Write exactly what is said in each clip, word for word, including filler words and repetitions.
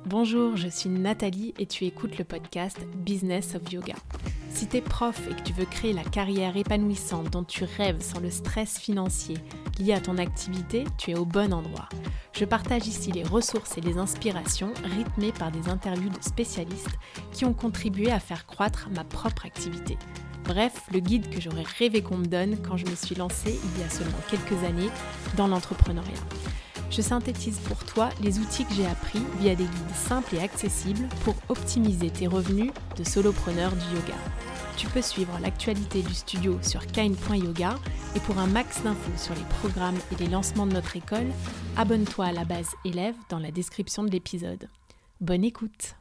Bonjour, je suis Nathalie et tu écoutes le podcast Business of Yoga. Si t'es prof et que tu veux créer la carrière épanouissante dont tu rêves sans le stress financier lié à ton activité, tu es au bon endroit. Je partage ici les ressources et les inspirations rythmées par des interviews de spécialistes qui ont contribué à faire croître ma propre activité. Bref, le guide que j'aurais rêvé qu'on me donne quand je me suis lancée il y a seulement quelques années dans l'entrepreneuriat. Je synthétise pour toi les outils que j'ai appris via des guides simples et accessibles pour optimiser tes revenus de solopreneur du yoga. Tu peux suivre l'actualité du studio sur kain point yoga et pour un max d'infos sur les programmes et les lancements de notre école, abonne-toi à la base élève dans la description de l'épisode. Bonne écoute!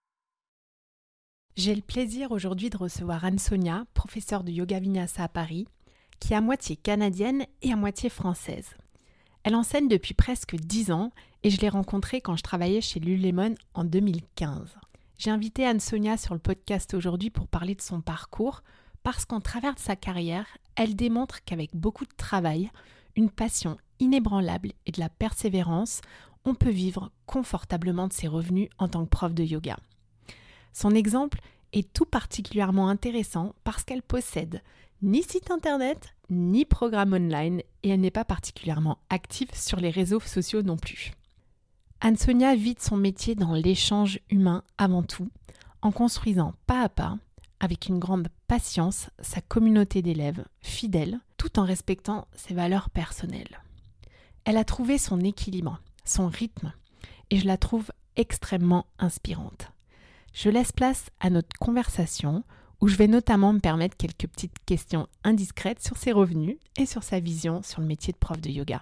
J'ai le plaisir aujourd'hui de recevoir Anne-Sonia, professeure de yoga vinyasa à Paris, qui est à moitié canadienne et à moitié française. Elle enseigne depuis presque dix ans et je l'ai rencontrée quand je travaillais chez Lululemon en deux mille quinze. J'ai invité Anne-Sonia sur le podcast aujourd'hui pour parler de son parcours parce qu'en travers de sa carrière, elle démontre qu'avec beaucoup de travail, une passion inébranlable et de la persévérance, on peut vivre confortablement de ses revenus en tant que prof de yoga. Son exemple est tout particulièrement intéressant parce qu'elle possède ni site internet, ni programme online et elle n'est pas particulièrement active sur les réseaux sociaux non plus. Anne-Sonia vit de son métier dans l'échange humain avant tout, en construisant pas à pas, avec une grande patience, sa communauté d'élèves fidèles, tout en respectant ses valeurs personnelles. Elle a trouvé son équilibre, son rythme, et je la trouve extrêmement inspirante. Je laisse place à notre conversation où je vais notamment me permettre quelques petites questions indiscrètes sur ses revenus et sur sa vision sur le métier de prof de yoga.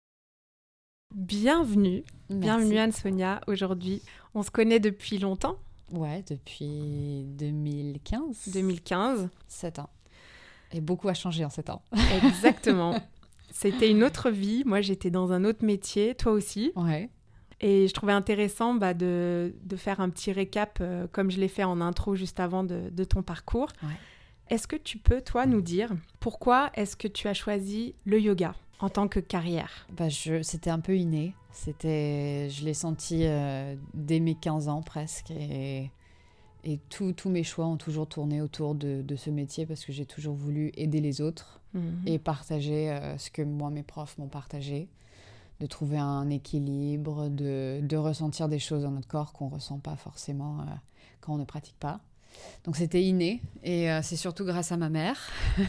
Bienvenue, Merci. Bienvenue Anne-Sonia. Aujourd'hui, on se connaît depuis longtemps. Ouais, depuis deux mille quinze. deux mille quinze. sept ans. Et beaucoup a changé en sept ans. Exactement. C'était une autre vie. Moi, j'étais dans un autre métier. Toi aussi. Ouais. Et je trouvais intéressant bah, de, de faire un petit récap, euh, comme je l'ai fait en intro juste avant de, de ton parcours. Ouais. Est-ce que tu peux, toi, nous dire pourquoi est-ce que tu as choisi le yoga en tant que carrière ? Bah, je, c'était un peu inné. C'était, je l'ai senti euh, dès mes quinze ans presque. Et, et tous mes choix ont toujours tourné autour de, de ce métier parce que j'ai toujours voulu aider les autres mmh. et partager euh, ce que moi, mes profs m'ont partagé. De trouver un équilibre, de, de ressentir des choses dans notre corps qu'on ne ressent pas forcément euh, quand on ne pratique pas. Donc c'était inné et euh, c'est surtout grâce à ma mère.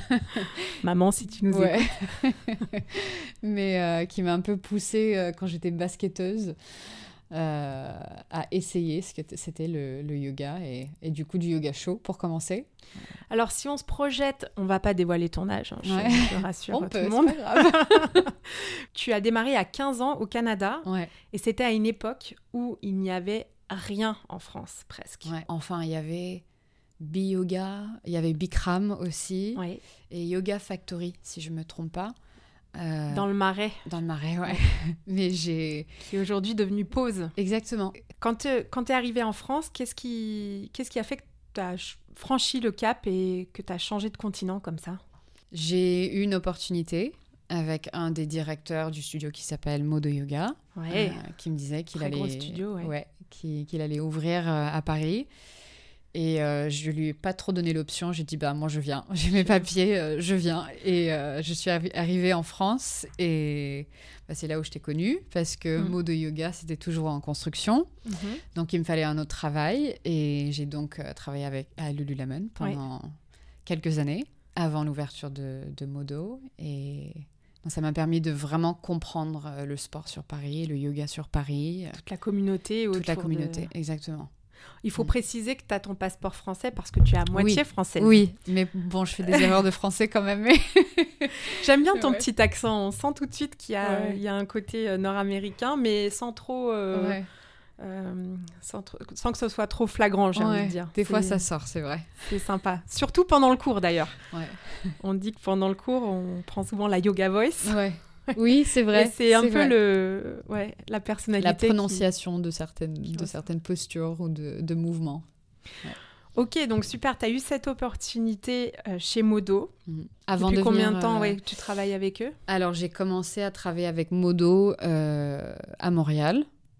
Maman, si tu nous ouais. écoutes. Mais euh, qui m'a un peu poussée euh, quand j'étais basketteuse euh, à essayer ce que c'était le, le yoga et, et du coup du yoga chaud pour commencer. Alors, si on se projette, on ne va pas dévoiler ton âge, hein, je, ouais. je rassure on tout peut, le monde. C'est pas grave. Tu as démarré à quinze ans au Canada ouais. et c'était à une époque où il n'y avait rien en France, presque. Ouais. Enfin, il y avait Bi-Yoga, il y avait Bikram aussi ouais. et Yoga Factory, si je ne me trompe pas. Euh, dans le Marais. Dans le Marais, ouais. Mais j'ai... Qui est aujourd'hui devenu Pause. Exactement. Quand tu es arrivée en France, qu'est-ce qui, qu'est-ce qui a fait que tu as franchi le cap et que tu as changé de continent comme ça ? J'ai eu une opportunité avec un des directeurs du studio qui s'appelle Modo Yoga, ouais. euh, qui me disait qu'il Très allait, gros studio, ouais. Ouais, qu'il, qu'il allait ouvrir euh, à Paris. Et euh, je lui ai pas trop donné l'option. J'ai dit, bah, moi, je viens. J'ai mes papiers, euh, je viens. Et euh, je suis arri- arrivée en France. Et bah, c'est là où je t'ai connue. Parce que mmh. Modo Yoga, c'était toujours en construction. Mmh. Donc, il me fallait un autre travail. Et j'ai donc euh, travaillé avec, à Lululemon pendant ouais. quelques années, avant l'ouverture de, de Modo. Et donc, ça m'a permis de vraiment comprendre euh, le sport sur Paris, le yoga sur Paris. Toute la communauté. Toute la communauté, de... exactement. Il faut mmh. préciser que tu as ton passeport français parce que tu es à moitié oui. française. Oui, mais bon, je fais des erreurs de français quand même. Mais... J'aime bien ton ouais. petit accent. On sent tout de suite qu'il y a, ouais. il y a un côté euh, nord-américain, mais sans trop, euh, ouais. euh, sans, trop, sans que ce soit trop flagrant, j'ai ouais. envie de dire. Des c'est, fois, ça sort, c'est vrai. C'est sympa. Surtout pendant le cours, d'ailleurs. Ouais. On dit que pendant le cours, on prend souvent la yoga voice. Ouais. Oui, c'est vrai. Et c'est, c'est un c'est peu vrai. le, ouais, la personnalité. La prononciation qui... de, certaines, de certaines postures ou de, de mouvements. Ouais. Ok, donc super, tu as eu cette opportunité euh, chez Modo. Mmh. Avant Depuis de combien venir, de temps euh... ouais, tu travailles avec eux ? Alors, j'ai commencé à travailler avec Modo euh, à Montréal.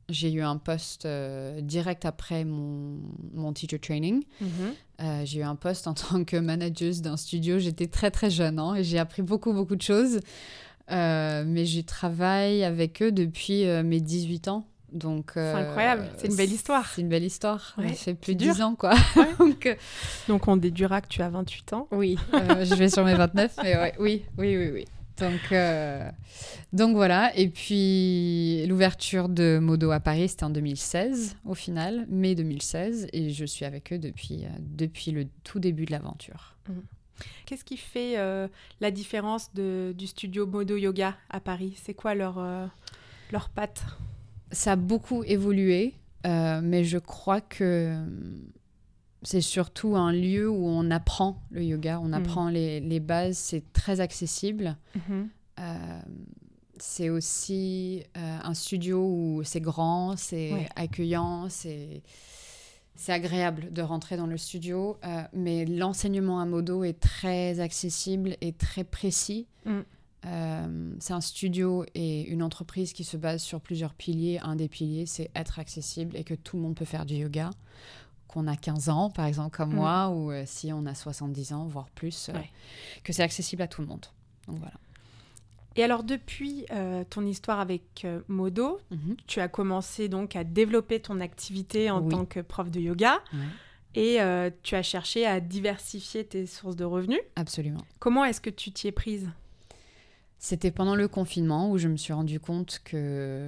j'ai eu un poste euh, direct après mon, mon teacher training. Mm-hmm. Euh, j'ai eu un poste en tant que manageuse d'un studio. J'étais très, très jeune hein, et j'ai appris beaucoup, beaucoup de choses. Euh, mais je travaille avec eux depuis euh, mes dix-huit ans. Donc, euh, c'est incroyable, c'est une belle histoire. C'est une belle histoire. Ouais, ça fait plus de dur. dix ans, quoi. Ouais. donc, euh... donc, on déduira que tu as vingt-huit ans. Oui, euh, je vais sur mes vingt-neuf, mais ouais, oui, oui, oui, oui. Donc, euh... donc voilà. Et puis, l'ouverture de Modo à Paris, c'était en deux mille seize, au final, mai deux mille seize. Et je suis avec eux depuis, euh, depuis le tout début de l'aventure. Mmh. Qu'est-ce qui fait euh, la différence de, du studio Modo Yoga à Paris ? C'est quoi leur, euh, leur patte ? Ça a beaucoup évolué, euh, mais je crois que c'est surtout un lieu où on apprend le yoga, on apprend mmh. les, les bases, c'est très accessible. Mmh. Euh, c'est aussi euh, un studio où c'est grand, c'est ouais. accueillant, c'est... C'est agréable de rentrer dans le studio, euh, mais l'enseignement à Modo est très accessible et très précis. Mm. Euh, c'est un studio et une entreprise qui se base sur plusieurs piliers. Un des piliers, c'est être accessible et que tout le monde peut faire du yoga. Qu'on a quinze ans, par exemple, comme mm. moi, ou euh, si on a soixante-dix ans, voire plus, euh, ouais. que c'est accessible à tout le monde. Donc voilà. Et alors, depuis euh, ton histoire avec euh, Modo, mm-hmm. tu as commencé donc à développer ton activité en oui. tant que prof de yoga ouais. et euh, tu as cherché à diversifier tes sources de revenus. Absolument. Comment est-ce que tu t'y es prise ? C'était pendant le confinement où je me suis rendu compte que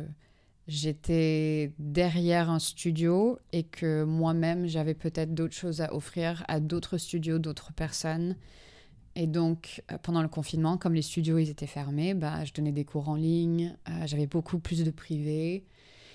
j'étais derrière un studio et que moi-même, j'avais peut-être d'autres choses à offrir à d'autres studios, d'autres personnes. Et donc, euh, pendant le confinement, comme les studios ils étaient fermés, bah, je donnais des cours en ligne, euh, j'avais beaucoup plus de privés.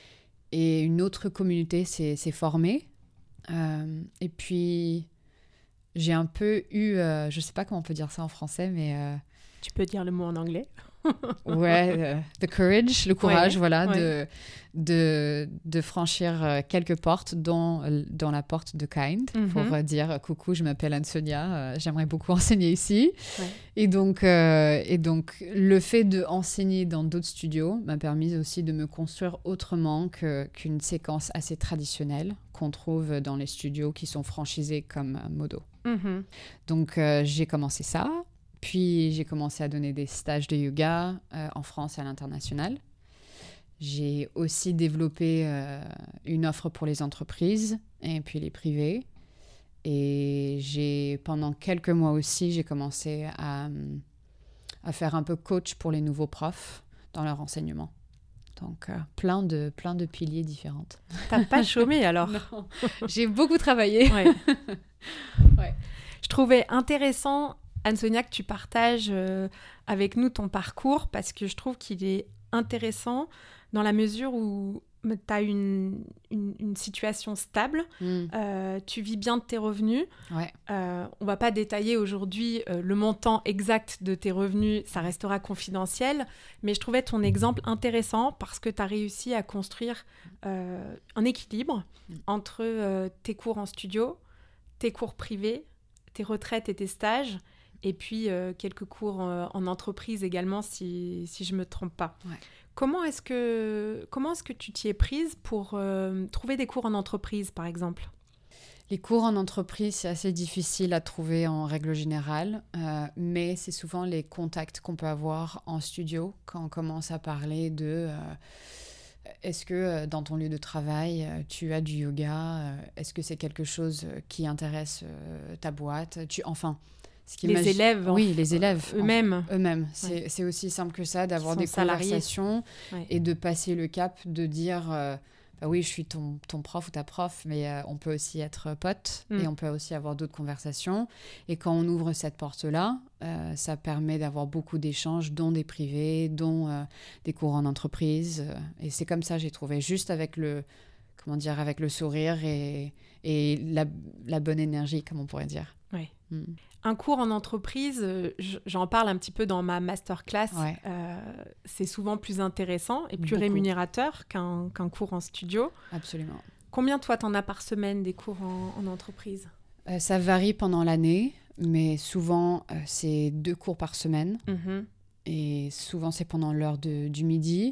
Et une autre communauté s'est, s'est formée. Euh, et puis, j'ai un peu eu, euh, je ne sais pas comment on peut dire ça en français, mais... Euh, tu peux dire le mot en anglais. ouais, uh, the courage, le courage, ouais, voilà, ouais. de, de, de franchir euh, quelques portes, dont, dont la porte de Kind, mm-hmm. pour euh, dire « Coucou, je m'appelle Anne-Sonia, euh, j'aimerais beaucoup enseigner ici. Ouais. » Et donc, euh, et donc, le fait d'enseigner dans d'autres studios m'a permis aussi de me construire autrement que, qu'une séquence assez traditionnelle qu'on trouve dans les studios qui sont franchisés comme euh, Modo. Mm-hmm. Donc, euh, j'ai commencé ça. Puis, j'ai commencé à donner des stages de yoga euh, en France et à l'international. J'ai aussi développé euh, une offre pour les entreprises et puis les privés. Et j'ai, pendant quelques mois aussi, j'ai commencé à, à faire un peu coach pour les nouveaux profs dans leur enseignement. Donc, euh, plein de, plein de piliers différents. T'as pas chômé alors ? Non, j'ai beaucoup travaillé. Ouais. Ouais. Je trouvais intéressant... Anne-Sonia, que tu partages euh, avec nous ton parcours parce que je trouve qu'il est intéressant dans la mesure où tu as une, une, une situation stable, mm. euh, tu vis bien de tes revenus. Ouais. Euh, on ne va pas détailler aujourd'hui euh, le montant exact de tes revenus, ça restera confidentiel, mais je trouvais ton exemple intéressant parce que tu as réussi à construire euh, un équilibre mm. entre euh, tes cours en studio, tes cours privés, tes retraites et tes stages, et puis euh, quelques cours euh, en entreprise également, si, si je ne me trompe pas. Ouais. Comment est-ce que, comment est-ce que tu t'y es prise pour euh, trouver des cours en entreprise, par exemple ? Les cours en entreprise, c'est assez difficile à trouver en règle générale, euh, mais c'est souvent les contacts qu'on peut avoir en studio quand on commence à parler de... Euh, est-ce que euh, dans ton lieu de travail, euh, tu as du yoga ? euh, Est-ce que c'est quelque chose qui intéresse euh, ta boîte ? tu, Enfin... Ce qui les imagine... élèves, oui, les élèves eux-mêmes. Enfin, eux-mêmes. C'est, ouais. c'est aussi simple que ça, d'avoir des salariés. Conversations ouais. et de passer le cap, de dire euh, bah oui, je suis ton, ton prof ou ta prof, mais euh, on peut aussi être potes mm. et on peut aussi avoir d'autres conversations. Et quand on ouvre cette porte-là, euh, ça permet d'avoir beaucoup d'échanges, dont des privés, dont euh, des cours en entreprise. Euh, et c'est comme ça, j'ai trouvé, juste avec le, comment dire, avec le sourire et, et la, la bonne énergie, comme on pourrait dire. Oui. Mm. Un cours en entreprise, j'en parle un petit peu dans ma masterclass, ouais. euh, c'est souvent plus intéressant et plus Beaucoup. rémunérateur qu'un, qu'un cours en studio. Absolument. Combien, toi, t'en as par semaine des cours en, en entreprise ? euh, Ça varie pendant l'année, mais souvent, euh, c'est deux cours par semaine. Mm-hmm. Et souvent, c'est pendant l'heure de, du midi.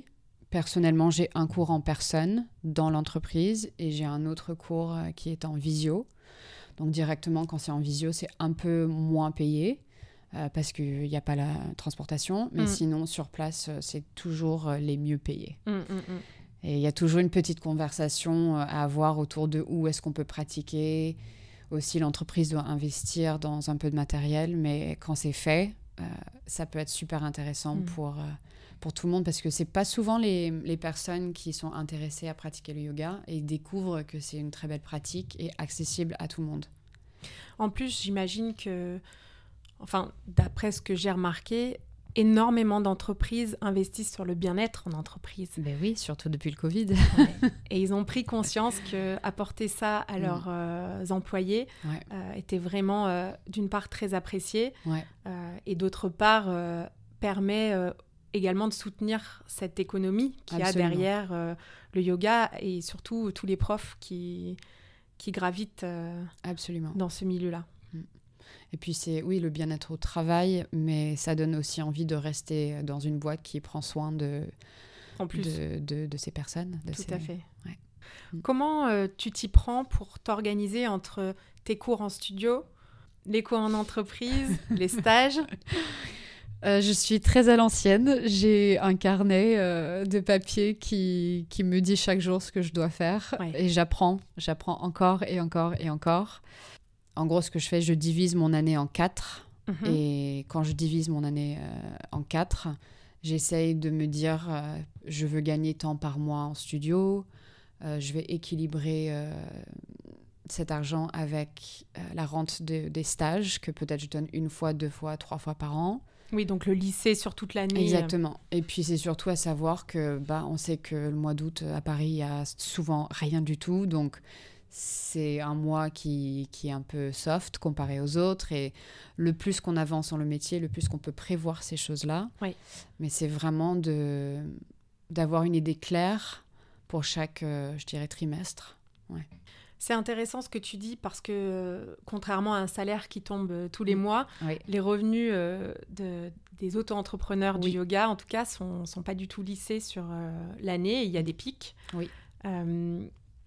personnellement, j'ai un cours en personne dans l'entreprise et j'ai un autre cours euh, qui est en visio. Donc directement, quand c'est en visio, c'est un peu moins payé euh, parce qu'il n'y a pas la transportation. Mais mmh. sinon, sur place, c'est toujours les mieux payés. Mmh, mmh. Et il y a toujours une petite conversation à avoir autour de où est-ce qu'on peut pratiquer. Aussi, l'entreprise doit investir dans un peu de matériel. Mais quand c'est fait, euh, ça peut être super intéressant mmh. pour... Euh, pour tout le monde, parce que c'est pas souvent les, les personnes qui sont intéressées à pratiquer le yoga et découvrent que c'est une très belle pratique et accessible à tout le monde. En plus, j'imagine que, enfin, d'après ce que j'ai remarqué, énormément d'entreprises investissent sur le bien-être en entreprise. Ben oui, surtout depuis le Covid. Ouais. Et ils ont pris conscience qu'apporter ça à leurs mmh. euh, employés ouais. euh, était vraiment, euh, d'une part, très apprécié ouais. euh, et d'autre part, euh, permet... Euh, également de soutenir cette économie qu'il y a derrière euh, le yoga et surtout tous les profs qui, qui gravitent euh, Absolument. dans ce milieu-là. Et puis c'est, oui, le bien-être au travail, mais ça donne aussi envie de rester dans une boîte qui prend soin de, en plus. de, de, de ces personnes. De Tout ces... à fait. Ouais. Comment euh, tu t'y prends pour t'organiser entre tes cours en studio, les cours en entreprise, les stages ? Euh, je suis très à l'ancienne. J'ai un carnet euh, de papier qui, qui me dit chaque jour ce que je dois faire. Ouais. Et j'apprends. J'apprends encore et encore et encore. En gros, ce que je fais, je divise mon année en quatre. Mm-hmm. Et quand je divise mon année euh, en quatre, j'essaye de me dire euh, je veux gagner tant par mois en studio. Euh, je vais équilibrer euh, cet argent avec euh, la rente de, des stages que peut-être je donne une fois, deux fois, trois fois par an. Oui, donc le lycée sur toute l'année. Exactement. Et puis, c'est surtout à savoir que, bah, on sait que le mois d'août, à Paris, il y a souvent rien du tout. Donc, c'est un mois qui, qui est un peu soft comparé aux autres. Et le plus qu'on avance dans le métier, le plus qu'on peut prévoir ces choses-là. Oui. Mais c'est vraiment de, d'avoir une idée claire pour chaque, euh, je dirais, trimestre. Ouais. C'est intéressant ce que tu dis parce que, euh, contrairement à un salaire qui tombe euh, tous les mois, oui. les revenus euh, de, des auto-entrepreneurs oui. du yoga, en tout cas, ne sont, sont pas du tout lissés sur euh, l'année. Il y a des pics. Oui. Euh,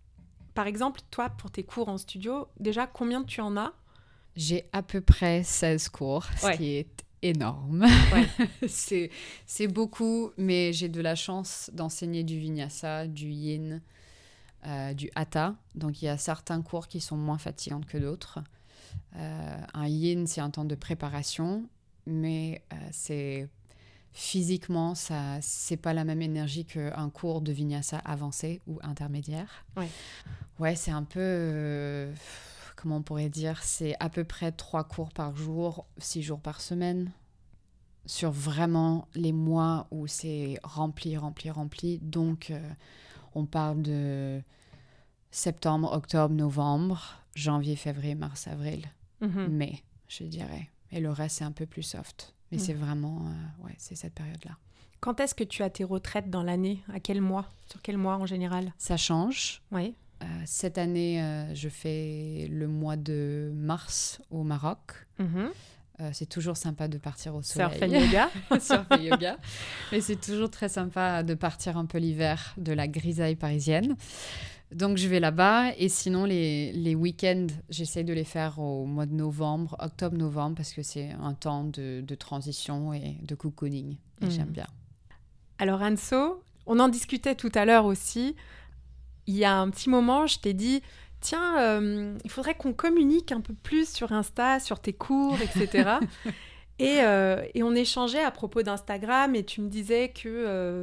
par exemple, toi, pour tes cours en studio, déjà, combien tu en as ? J'ai à peu près seize cours, ouais. ce qui est énorme. Ouais. c'est, c'est beaucoup, mais j'ai de la chance d'enseigner du vinyasa, du yin... Euh, du hatha, donc il y a certains cours qui sont moins fatigants que d'autres. Euh, un yin, c'est un temps de préparation, mais euh, c'est physiquement, ça, c'est pas la même énergie qu'un cours de vinyasa avancé ou intermédiaire. Ouais, ouais c'est un peu, euh, comment on pourrait dire, c'est à peu près trois cours par jour, six jours par semaine, sur vraiment les mois où c'est rempli, rempli, rempli. Donc, euh, on parle de septembre, octobre, novembre, janvier, février, mars, avril, mm-hmm. mai, je dirais. Et le reste, c'est un peu plus soft. Mais mm. c'est vraiment, euh, ouais, c'est cette période-là. Quand est-ce que tu as tes retraites dans l'année ? À quel mois ? Sur quel mois en général ? Ça change. Oui. Euh, cette année, euh, je fais le mois de mars au Maroc. Mm-hmm. Euh, c'est toujours sympa de partir au soleil. Surf and yoga. Surf and yoga. Mais c'est toujours très sympa de partir un peu l'hiver de la grisaille parisienne. Donc, je vais là-bas. Et sinon, les, les week-ends, j'essaie de les faire au mois de novembre, octobre-novembre, parce que c'est un temps de, de transition et de cocooning. Et mmh. j'aime bien. Alors, Anso, on en discutait tout à l'heure aussi. Il y a un petit moment, je t'ai dit... Tiens, euh, il faudrait qu'on communique un peu plus sur Insta, sur tes cours, et cetera. et, euh, et on échangeait à propos d'Instagram et tu me disais que euh,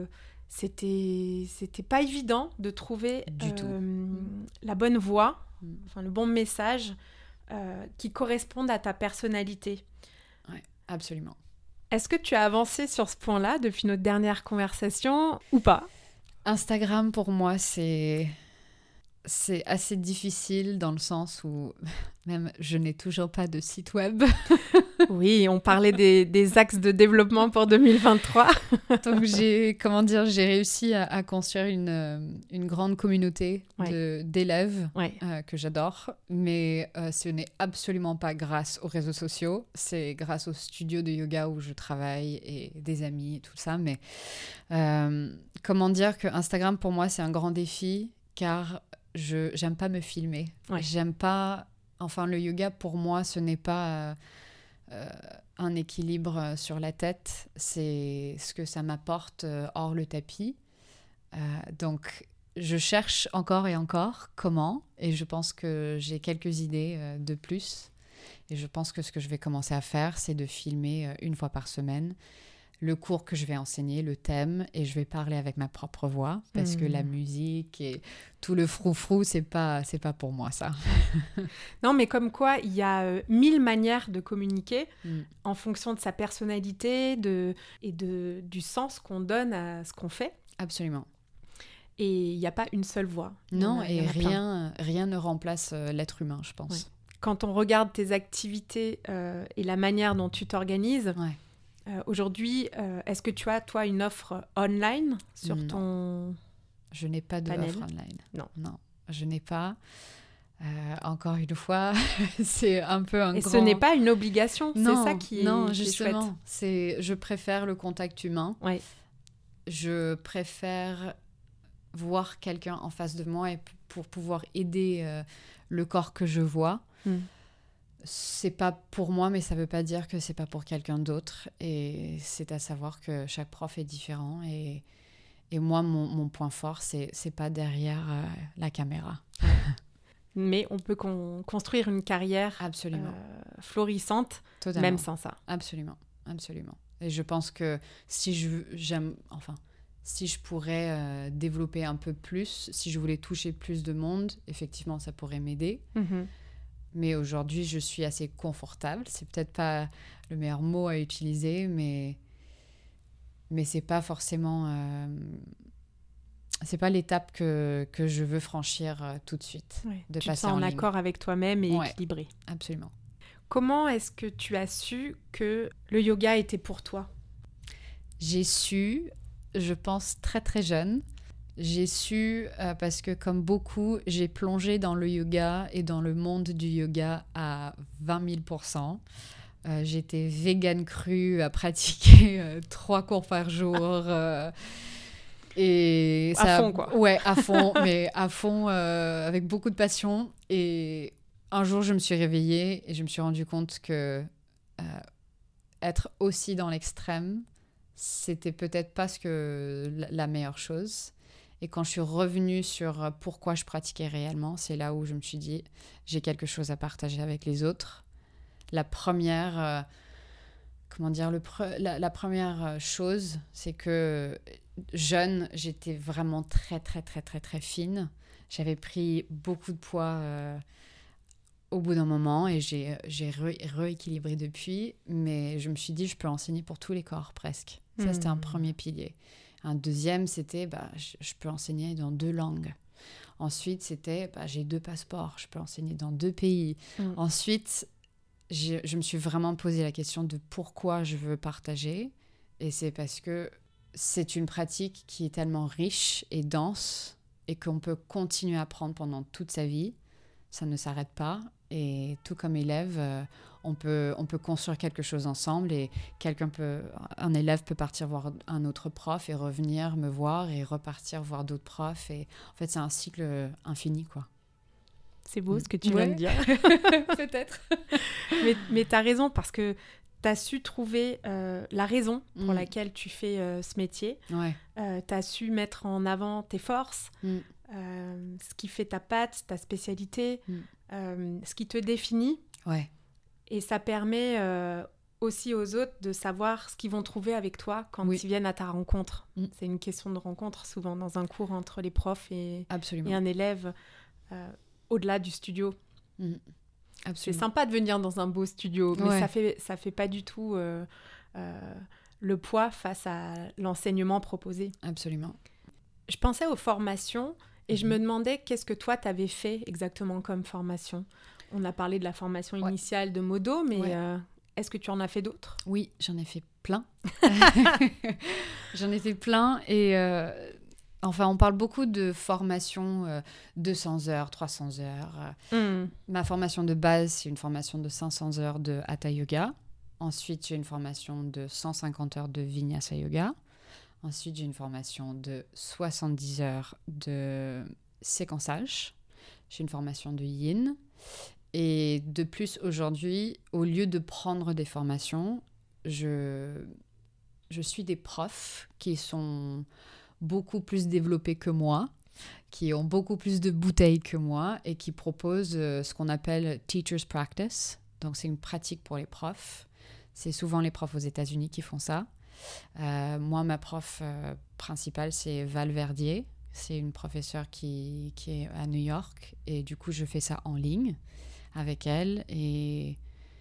c'était, c'était pas évident de trouver du tout. Euh, la bonne voix, mm. enfin, le bon message euh, qui corresponde à ta personnalité. Oui, absolument. Est-ce que tu as avancé sur ce point-là depuis notre dernière conversation ou pas ? Instagram, pour moi, c'est... c'est assez difficile dans le sens où même je n'ai toujours pas de site web. Oui, on parlait des, des axes de développement pour deux mille vingt-trois. Donc j'ai, comment dire, j'ai réussi à, à construire une, une grande communauté Ouais. de, d'élèves Ouais. euh, que j'adore, mais euh, ce n'est absolument pas grâce aux réseaux sociaux, c'est grâce au studio de yoga où je travaille et des amis et tout ça. Mais euh, comment dire que Instagram pour moi c'est un grand défi car je j'aime pas me filmer. Ouais. J'aime pas. Enfin, le yoga pour moi, ce n'est pas euh, euh, un équilibre sur la tête. C'est ce que ça m'apporte euh, hors le tapis. Euh, donc, je cherche encore et encore comment. Et je pense que j'ai quelques idées euh, de plus. Et je pense que ce que je vais commencer à faire, c'est de filmer euh, une fois par semaine le cours que je vais enseigner, le thème, et je vais parler avec ma propre voix parce mmh. que la musique et tout le froufrou, c'est pas, c'est pas pour moi ça. Non, mais comme quoi, il y a euh, mille manières de communiquer mmh. en fonction de sa personnalité de, et de, du sens qu'on donne à ce qu'on fait. Absolument. Et il n'y a pas une seule voix. Non, a, et rien, rien ne remplace euh, l'être humain, je pense. Ouais. Quand on regarde tes activités euh, et la manière dont tu t'organises, ouais. Euh, aujourd'hui, euh, est-ce que tu as, toi, une offre online sur non. ton Je n'ai pas de panel. offre online. Non. Non, je n'ai pas. Euh, encore une fois, c'est un peu un Et grand... ce n'est pas une obligation, non, c'est ça qui est, non, qui justement, est chouette. C'est, je préfère le contact humain. Ouais. Je préfère voir quelqu'un en face de moi et p- pour pouvoir aider euh, le corps que je vois. Mm. C'est pas pour moi, mais ça veut pas dire que c'est pas pour quelqu'un d'autre. Et c'est à savoir que chaque prof est différent. Et, et moi, mon, mon point fort, c'est, c'est pas derrière euh, la caméra. Mais on peut con- construire une carrière Absolument. Euh, florissante, Totalement. même sans ça. Absolument, absolument. Et je pense que si je j'aime, enfin, si je pourrais euh, développer un peu plus, si je voulais toucher plus de monde, effectivement, ça pourrait m'aider. Mm-hmm. Mais aujourd'hui, je suis assez confortable. C'est peut-être pas le meilleur mot à utiliser, mais mais c'est pas forcément, euh... c'est pas l'étape que que je veux franchir euh, tout de suite. Ouais. De tu passer te sens en, en accord ligne. avec toi-même et ouais. équilibré. Absolument. Comment est-ce que tu as su que le yoga était pour toi ? J'ai su, je pense très très jeune. J'ai su euh, parce que comme beaucoup, j'ai plongé dans le yoga et dans le monde du yoga à vingt mille pour cent. Euh, j'étais végane crue à pratiquer euh, trois cours par jour. Euh, et ça, à fond, quoi. Ouais, à fond, mais à fond, euh, avec beaucoup de passion. Et un jour, je me suis réveillée et je me suis rendu compte que euh, être aussi dans l'extrême, c'était peut-être pas ce que la meilleure chose. Et quand je suis revenue sur pourquoi je pratiquais réellement, c'est là où je me suis dit, j'ai quelque chose à partager avec les autres. La première, euh, comment dire, le pre- la, la première chose, c'est que jeune, j'étais vraiment très, très, très, très, très fine. J'avais pris beaucoup de poids euh, au bout d'un moment et j'ai, j'ai re- rééquilibré depuis. Mais je me suis dit, je peux enseigner pour tous les corps, presque. Ça, mmh. c'était un premier pilier. Un deuxième, c'était, bah, je, je peux enseigner dans deux langues. Ensuite, c'était, bah, j'ai deux passeports, je peux enseigner dans deux pays. Mmh. Ensuite, je, je me suis vraiment posé la question de pourquoi je veux partager. Et c'est parce que c'est une pratique qui est tellement riche et dense et qu'on peut continuer à apprendre pendant toute sa vie. Ça ne s'arrête pas. Et tout comme élève, euh, on peut, on peut construire quelque chose ensemble et quelqu'un peut, un élève peut partir voir un autre prof et revenir me voir et repartir voir d'autres profs. Et en fait, c'est un cycle infini, quoi. C'est beau ce que tu ouais. viens de dire. Peut-être. mais mais tu as raison parce que tu as su trouver euh, la raison pour mm. laquelle tu fais euh, ce métier. Ouais. Euh, tu as su mettre en avant tes forces, mm. euh, ce qui fait ta patte, ta spécialité, mm. euh, ce qui te définit. Ouais. Et ça permet euh, aussi aux autres de savoir ce qu'ils vont trouver avec toi quand oui. ils viennent à ta rencontre. Mm. C'est une question de rencontre souvent dans un cours entre les profs et, et un élève. Euh, au-delà du studio. Mmh. C'est sympa de venir dans un beau studio, mais ouais. ça fait, ça fait pas du tout euh, euh, le poids face à l'enseignement proposé. Absolument. Je pensais aux formations Et mmh. je me demandais, qu'est-ce que toi, tu avais fait exactement comme formation ? On a parlé de la formation ouais. initiale de Modo, mais ouais. euh, est-ce que tu en as fait d'autres ? Oui, j'en ai fait plein. J'en ai fait plein et... Euh... Enfin, on parle beaucoup de formation euh, deux cents heures, trois cents heures. Mm. Ma formation de base, c'est une formation de cinq cents heures de Hatha Yoga. Ensuite, j'ai une formation de cent cinquante heures de Vinyasa Yoga. Ensuite, j'ai une formation de soixante-dix heures de séquençage. J'ai une formation de Yin. Et de plus, aujourd'hui, au lieu de prendre des formations, je, je suis des profs qui sont... beaucoup plus développés que moi, qui ont beaucoup plus de bouteilles que moi et qui proposent euh, ce qu'on appelle Teacher's Practice. Donc, c'est une pratique pour les profs. C'est souvent les profs aux États-Unis qui font ça. Euh, moi, ma prof euh, principale, c'est Val Verdier. C'est une professeure qui, qui est à New York. Et du coup, je fais ça en ligne avec elle. Et,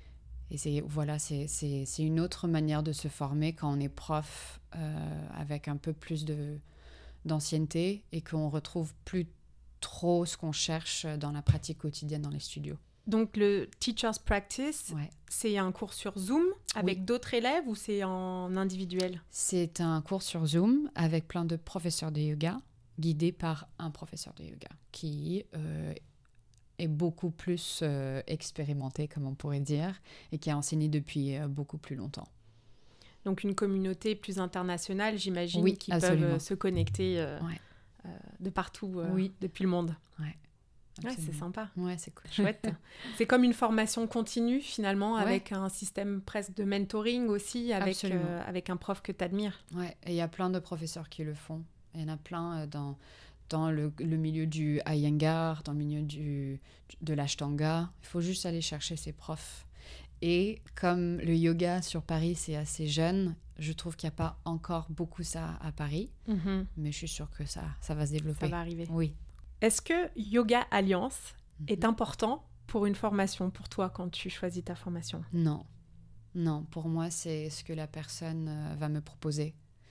et c'est, voilà, c'est, c'est, c'est une autre manière de se former quand on est prof euh, avec un peu plus de, d'ancienneté et qu'on retrouve plus trop ce qu'on cherche dans la pratique quotidienne dans les studios. Donc le Teacher's Practice, ouais. c'est un cours sur Zoom avec oui. d'autres élèves ou c'est en individuel ? C'est un cours sur Zoom avec plein de professeurs de yoga guidés par un professeur de yoga qui euh, est beaucoup plus euh, expérimenté, comme on pourrait dire, et qui a enseigné depuis euh, beaucoup plus longtemps. Donc une communauté plus internationale, j'imagine, oui, qui absolument. peuvent se connecter euh, ouais. euh, de partout euh, oui. depuis le monde. Ouais. Ouais, c'est sympa. Ouais, c'est cool. Chouette. C'est comme une formation continue, finalement, ouais. avec un système presque de mentoring aussi, avec, euh, avec un prof que tu admires. Ouais, et il y a plein de professeurs qui le font. Il y en a plein euh, dans, dans le, le milieu du Iyengar, dans le milieu du, de l'Ashtanga. Il faut juste aller chercher ses profs. Et comme le yoga sur Paris, c'est assez jeune, je trouve qu'il n'y a pas encore beaucoup ça à Paris. Mm-hmm. Mais je suis sûre que ça, ça va se développer. Ça va arriver. Oui. Est-ce que Yoga Alliance mm-hmm. est important pour une formation, pour toi, quand tu choisis ta formation ? Non. Non, pour moi, c'est ce que la personne euh, va me proposer.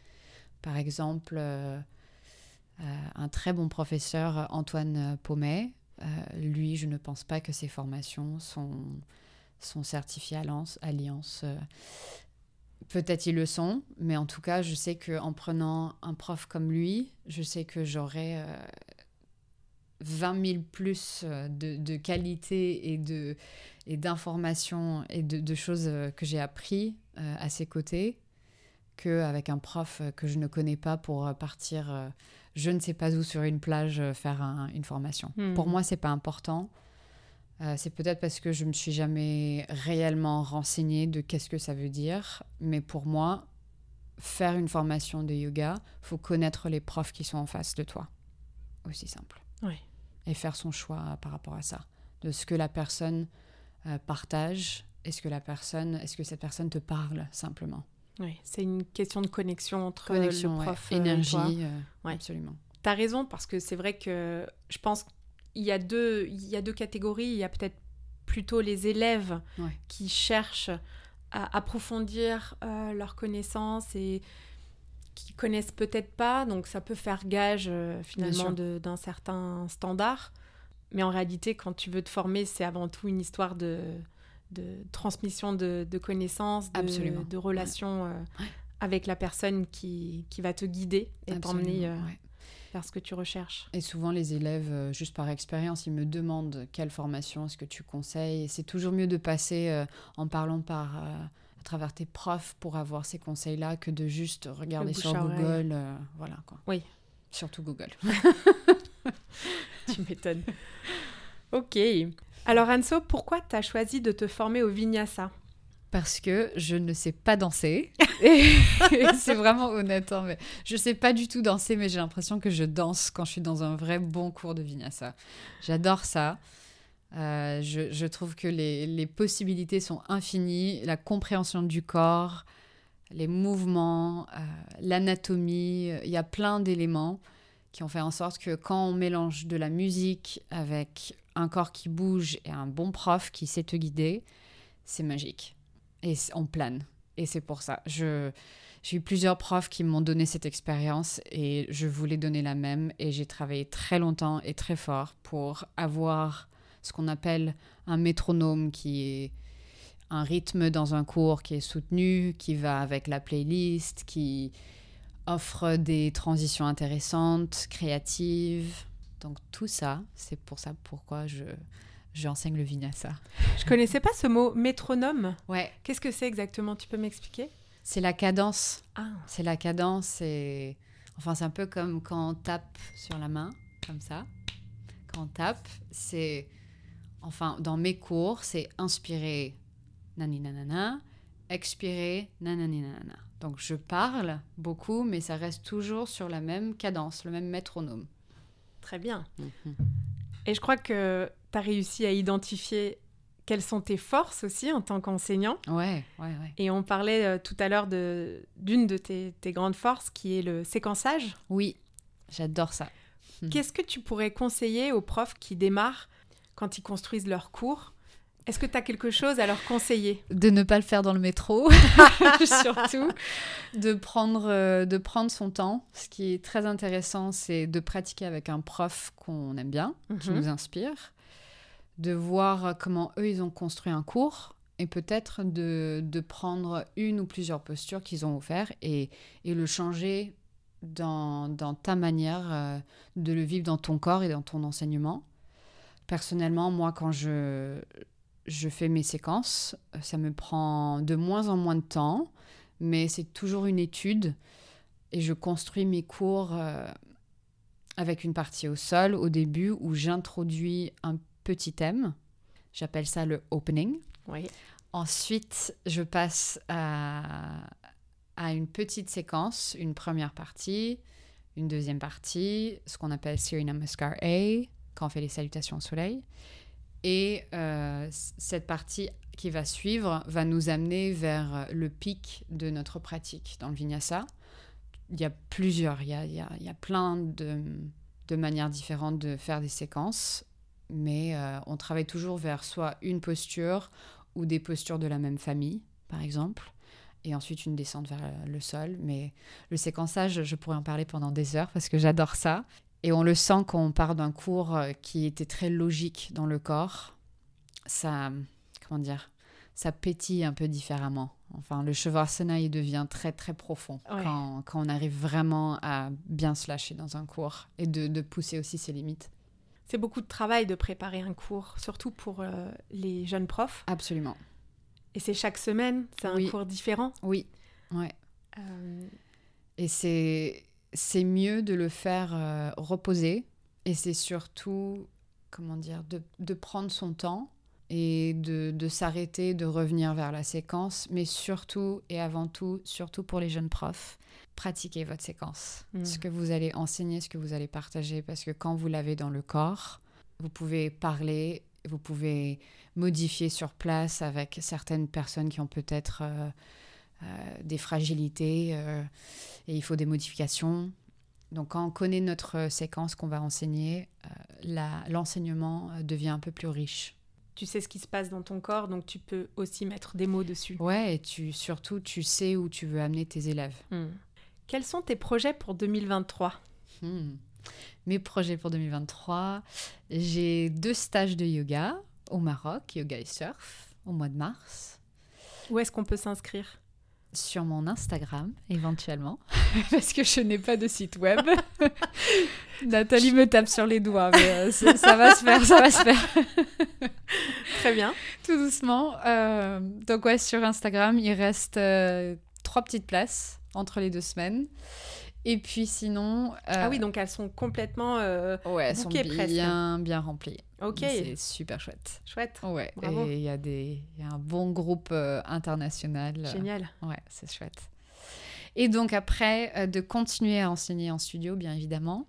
Par exemple, euh, euh, un très bon professeur, Antoine Paumet, euh, lui, je ne pense pas que ses formations sont... sont certifiés Alliance. Alliance euh, peut-être ils le sont, mais en tout cas, je sais qu'en prenant un prof comme lui, je sais que j'aurai euh, vingt mille plus de, de qualité et, de, et d'informations et de, de choses que j'ai appris euh, à ses côtés qu'avec un prof que je ne connais pas pour partir euh, je ne sais pas où sur une plage faire un, une formation. Mmh. Pour moi, c'est pas important. Euh, c'est peut-être parce que je ne me suis jamais réellement renseignée de qu'est-ce que ça veut dire. Mais pour moi, faire une formation de yoga, il faut connaître les profs qui sont en face de toi. Aussi simple. Oui. Et faire son choix par rapport à ça. De ce que la personne euh, partage. Est-ce que, la personne, est-ce que cette personne te parle simplement ? Oui, c'est une question de connexion entre connexion, le prof ouais. Énergie, et toi. Euh, ouais. Absolument. Tu as raison, parce que c'est vrai que je pense Il y a deux, il y a deux catégories. Il y a peut-être plutôt les élèves ouais. qui cherchent à approfondir euh, leurs connaissances et qui connaissent peut-être pas. Donc, ça peut faire gage euh, finalement de, d'un certain standard. Mais en réalité, quand tu veux te former, c'est avant tout une histoire de, de transmission de, de connaissances, de, de relations ouais. Euh, ouais. avec la personne qui, qui va te guider et Absolument. t'emmener... Euh, ouais. ce que tu recherches. Et souvent, les élèves, euh, juste par expérience, ils me demandent quelle formation est-ce que tu conseilles. Et c'est toujours mieux de passer euh, en parlant par, euh, à travers tes profs pour avoir ces conseils-là que de juste regarder sur Google. Euh, voilà, quoi. Oui. Surtout Google. Tu m'étonnes. Ok. Alors, Anso, pourquoi tu as choisi de te former au Vinyasa ? Parce que je ne sais pas danser. Et c'est vraiment honnête. Hein, mais je ne sais pas du tout danser, mais j'ai l'impression que je danse quand je suis dans un vrai bon cours de Vinyasa. J'adore ça. Euh, je, je trouve que les, les possibilités sont infinies. La compréhension du corps, les mouvements, euh, l'anatomie. Il y a plein d'éléments qui ont fait en sorte que quand on mélange de la musique avec un corps qui bouge et un bon prof qui sait te guider, c'est magique. Et on plane. Et c'est pour ça. Je, j'ai eu plusieurs profs qui m'ont donné cette expérience et je voulais donner la même. Et j'ai travaillé très longtemps et très fort pour avoir ce qu'on appelle un métronome, qui est un rythme dans un cours qui est soutenu, qui va avec la playlist, qui offre des transitions intéressantes, créatives. Donc tout ça, c'est pour ça pourquoi je, j'enseigne le vinyasa. Je connaissais pas ce mot métronome. Ouais. Qu'est-ce que c'est exactement? Tu peux m'expliquer? C'est la cadence. Ah. C'est la cadence. C'est... Enfin, c'est un peu comme quand on tape sur la main, comme ça. Quand on tape, c'est... Enfin, dans mes cours, c'est inspirer, nani nanana, expirer, nanani nanana. Donc, je parle beaucoup, mais ça reste toujours sur la même cadence, le même métronome. Très bien. Mm-hmm. Et je crois que tu as réussi à identifier quelles sont tes forces aussi en tant qu'enseignant. Ouais, ouais, ouais. Et on parlait euh, tout à l'heure de, d'une de tes, tes grandes forces, qui est le séquençage. Oui, j'adore ça. Qu'est-ce que tu pourrais conseiller aux profs qui démarrent quand ils construisent leur cours? Est-ce que tu as quelque chose à leur conseiller? De ne pas le faire dans le métro, surtout. De prendre, euh, de prendre son temps. Ce qui est très intéressant, c'est de pratiquer avec un prof qu'on aime bien, mm-hmm. qui nous inspire. De voir comment eux, ils ont construit un cours. Et peut-être de, de prendre une ou plusieurs postures qu'ils ont offertes et, et le changer dans, dans ta manière euh, de le vivre dans ton corps et dans ton enseignement. Personnellement, moi, quand je... Je fais mes séquences, ça me prend de moins en moins de temps, mais c'est toujours une étude et je construis mes cours euh, avec une partie au sol au début où j'introduis un petit thème. J'appelle ça le opening. Oui. Ensuite, je passe à, à une petite séquence, une première partie, une deuxième partie, ce qu'on appelle Surya Namaskar A, quand on fait les salutations au soleil. Et euh, cette partie qui va suivre va nous amener vers le pic de notre pratique dans le vinyasa. Il y a plusieurs, il y a, il y a, il y a plein de, de manières différentes de faire des séquences, mais euh, on travaille toujours vers soit une posture ou des postures de la même famille, par exemple, et ensuite une descente vers le sol. Mais le séquençage, je pourrais en parler pendant des heures parce que j'adore ça. Et on le sent quand on part d'un cours qui était très logique dans le corps. Ça, comment dire, ça pétille un peu différemment. Enfin, le Shavasana, il devient très, très profond ouais. quand, quand on arrive vraiment à bien se lâcher dans un cours et de, de pousser aussi ses limites. C'est beaucoup de travail de préparer un cours, surtout pour euh, les jeunes profs. Absolument. Et c'est chaque semaine, c'est un oui. cours différent. Oui, ouais. Euh... Et c'est... C'est mieux de le faire euh, reposer et c'est surtout, comment dire, de, de prendre son temps et de, de s'arrêter, de revenir vers la séquence, mais surtout et avant tout, surtout pour les jeunes profs, pratiquez votre séquence. Mmh. Ce que vous allez enseigner, ce que vous allez partager, parce que quand vous l'avez dans le corps, vous pouvez parler, vous pouvez modifier sur place avec certaines personnes qui ont peut-être... Euh, Euh, des fragilités euh, et il faut des modifications. Donc quand on connaît notre séquence qu'on va enseigner, euh, la, l'enseignement devient un peu plus riche. Tu sais ce qui se passe dans ton corps, donc tu peux aussi mettre des mots dessus. Ouais, et tu, surtout tu sais où tu veux amener tes élèves. Hmm. Quels sont tes projets pour deux mille vingt-trois? hmm. Mes projets pour deux mille vingt-trois, j'ai deux stages de yoga au Maroc, yoga et surf, au mois de mars. Où est-ce qu'on peut s'inscrire? Sur mon Instagram, éventuellement, parce que je n'ai pas de site web. Nathalie me tape sur les doigts, mais euh, ça va se faire, ça va se faire. Très bien. Tout doucement. Euh, donc ouais, sur Instagram, il reste euh, trois petites places entre les deux semaines. Et puis sinon... Euh, ah oui, donc elles sont complètement euh, ouais, elles bouquées, sont presque. bien, bien remplies. Ok. C'est super chouette. Chouette. Ouais. Bravo. Et il y a des, il y a un bon groupe euh, international. Génial. Euh, ouais, c'est chouette. Et donc après, euh, de continuer à enseigner en studio, bien évidemment.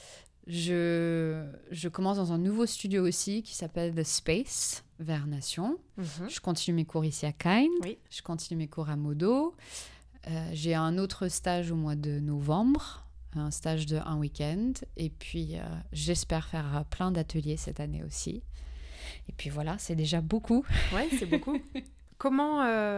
Je, je commence dans un nouveau studio aussi qui s'appelle The Space, vers Nation. Mm-hmm. Je continue mes cours ici à Kind. Oui. Je continue mes cours à Modo. Euh, j'ai un autre stage au mois de novembre, un stage de un week-end. Et puis, euh, j'espère faire euh, plein d'ateliers cette année aussi. Et puis voilà, c'est déjà beaucoup. Ouais, c'est beaucoup. Comment euh,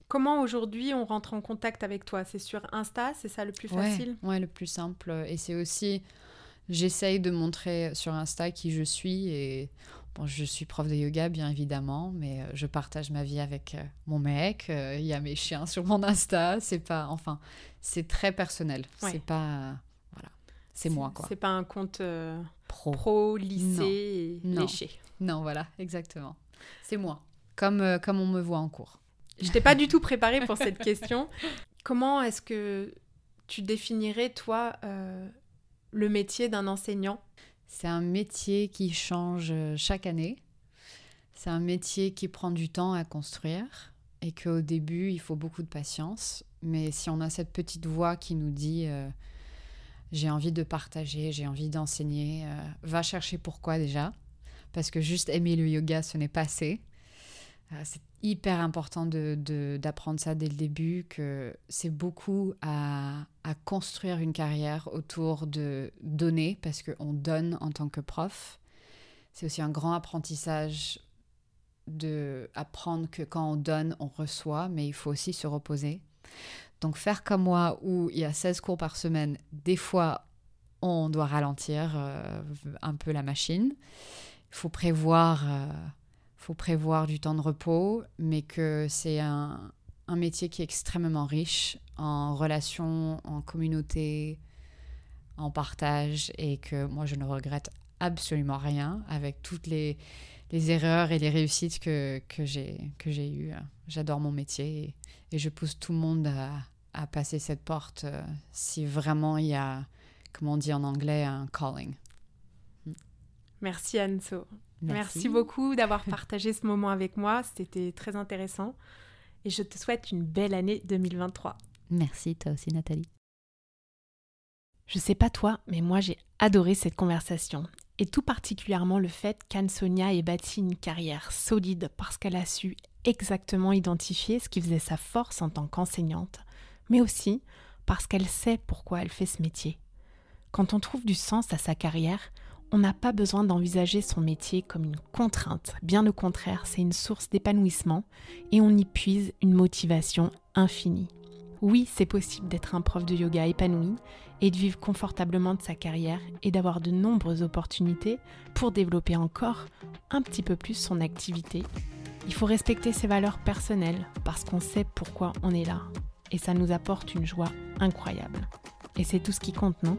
Comment aujourd'hui on rentre en contact avec toi ? C'est sur Insta, c'est ça le plus facile ? Ouais, ouais, le plus simple. Et c'est aussi, j'essaye de montrer sur Insta qui je suis. Et bon, je suis prof de yoga, bien évidemment, mais je partage ma vie avec mon mec. Il y a mes chiens sur mon Insta. C'est pas, enfin, c'est très personnel. Ouais. C'est pas, voilà, c'est, c'est moi quoi. C'est pas un compte euh, pro, pro, lycée, non. léché. Non. non, voilà, exactement. C'est moi, comme euh, comme on me voit en cours. Je t'ai pas du tout préparée pour cette question. Comment est-ce que tu définirais, toi, euh, le métier d'un enseignant ? C'est un métier qui change chaque année. C'est un métier qui prend du temps à construire et qu'au début, il faut beaucoup de patience. Mais si on a cette petite voix qui nous dit euh, « j'ai envie de partager, j'ai envie d'enseigner euh, », va chercher pourquoi déjà. Parce que juste aimer le yoga, ce n'est pas assez. Euh, c'est hyper important de, de, d'apprendre ça dès le début, que c'est beaucoup à, à construire une carrière autour de donner, parce qu'on donne en tant que prof. C'est aussi un grand apprentissage d'apprendre que quand on donne, on reçoit, mais il faut aussi se reposer. Donc faire comme moi, où il y a seize cours par semaine, des fois, on doit ralentir euh, un peu la machine. Il faut prévoir... Euh, faut prévoir du temps de repos, mais que c'est un, un métier qui est extrêmement riche en relations, en communauté, en partage, et que moi, je ne regrette absolument rien avec toutes les, les erreurs et les réussites que, que, j'ai, que j'ai eues. J'adore mon métier et, et je pousse tout le monde à, à passer cette porte euh, si vraiment il y a, comme on dit en anglais, un calling. Merci Anso. Merci. Merci beaucoup d'avoir partagé ce moment avec moi. C'était très intéressant. Et je te souhaite une belle année deux mille vingt-trois. Merci, toi aussi Nathalie. Je sais pas toi, mais moi j'ai adoré cette conversation. Et tout particulièrement le fait qu'Anne-Sonia ait bâti une carrière solide parce qu'elle a su exactement identifier ce qui faisait sa force en tant qu'enseignante, mais aussi parce qu'elle sait pourquoi elle fait ce métier. Quand on trouve du sens à sa carrière, on n'a pas besoin d'envisager son métier comme une contrainte. Bien au contraire, c'est une source d'épanouissement et on y puise une motivation infinie. Oui, c'est possible d'être un prof de yoga épanoui et de vivre confortablement de sa carrière et d'avoir de nombreuses opportunités pour développer encore un petit peu plus son activité. Il faut respecter ses valeurs personnelles parce qu'on sait pourquoi on est là. Et ça nous apporte une joie incroyable. Et c'est tout ce qui compte, non ?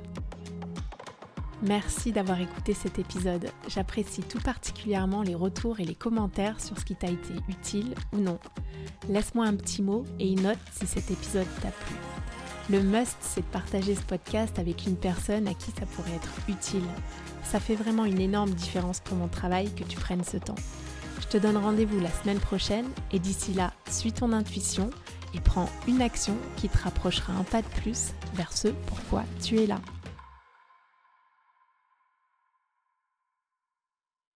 Merci d'avoir écouté cet épisode. J'apprécie tout particulièrement les retours et les commentaires sur ce qui t'a été utile ou non. Laisse-moi un petit mot et une note si cet épisode t'a plu. Le must, c'est de partager ce podcast avec une personne à qui ça pourrait être utile. Ça fait vraiment une énorme différence pour mon travail que tu prennes ce temps. Je te donne rendez-vous la semaine prochaine et d'ici là, suis ton intuition et prends une action qui te rapprochera un pas de plus vers ce pourquoi tu es là.